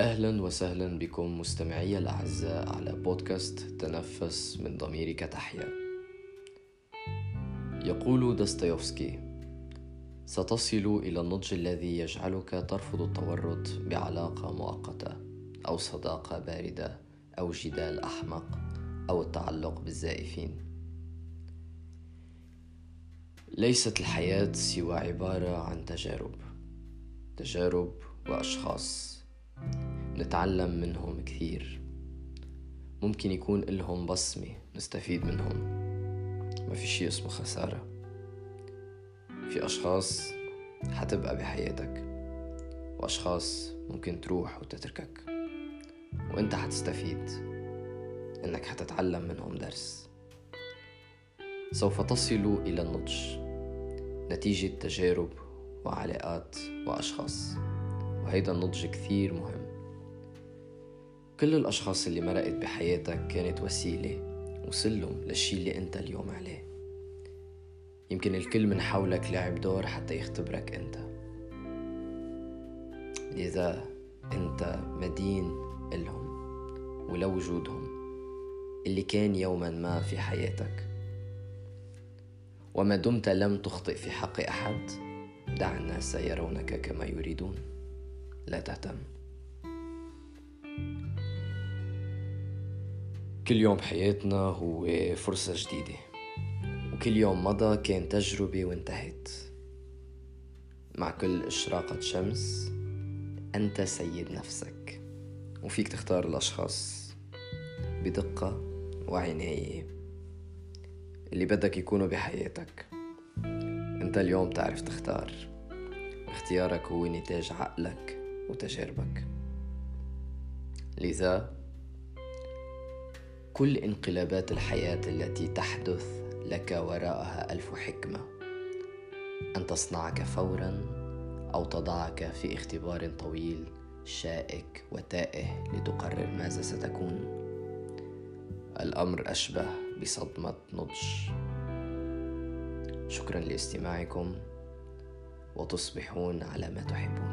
أهلا وسهلا بكم مستمعي الأعزاء على بودكاست تنفس من ضميرك تحيا. يقول دوستويفسكي: ستصل إلى النضج الذي يجعلك ترفض التورط بعلاقة مؤقتة أو صداقة باردة أو جدال أحمق أو التعلق بالزائفين. ليست الحياة سوى عبارة عن تجارب وأشخاص نتعلم منهم كثير. ممكن يكون لهم بصمة نستفيد منهم، ما في شيء اسمه خسارة. في أشخاص حتبقى بحياتك وأشخاص ممكن تروح وتتركك، وإنت حتستفيد إنك حتتعلم منهم درس. سوف تصل إلى النضج نتيجة تجارب وعلاقات وأشخاص، وهيدا النضج كثير مهم. كل الأشخاص اللي مرقت بحياتك كانت وسيلة وسلم للشي اللي أنت اليوم عليه. يمكن الكل من حولك لعب دور حتى يختبرك أنت، لذا أنت مدين إلهم ولوجودهم اللي كان يوما ما في حياتك. وما دمت لم تخطئ في حق أحد، دع الناس يرونك كما يريدون، لا تهتم. كل يوم بحياتنا هو فرصة جديدة، وكل يوم مضى كان تجربة وانتهت. مع كل إشراقة شمس أنت سيد نفسك، وفيك تختار الأشخاص بدقة وعناية اللي بدك يكونوا بحياتك. أنت اليوم تعرف تختار، اختيارك هو نتاج عقلك وتجاربك. لذا كل انقلابات الحياة التي تحدث لك وراءها 1000 حكمة، أن تصنعك فورا أو تضعك في اختبار طويل شائك وتائه لتقرر ماذا ستكون. الأمر أشبه بصدمة نضج. شكرا لاستماعكم، وتصبحون على ما تحبون.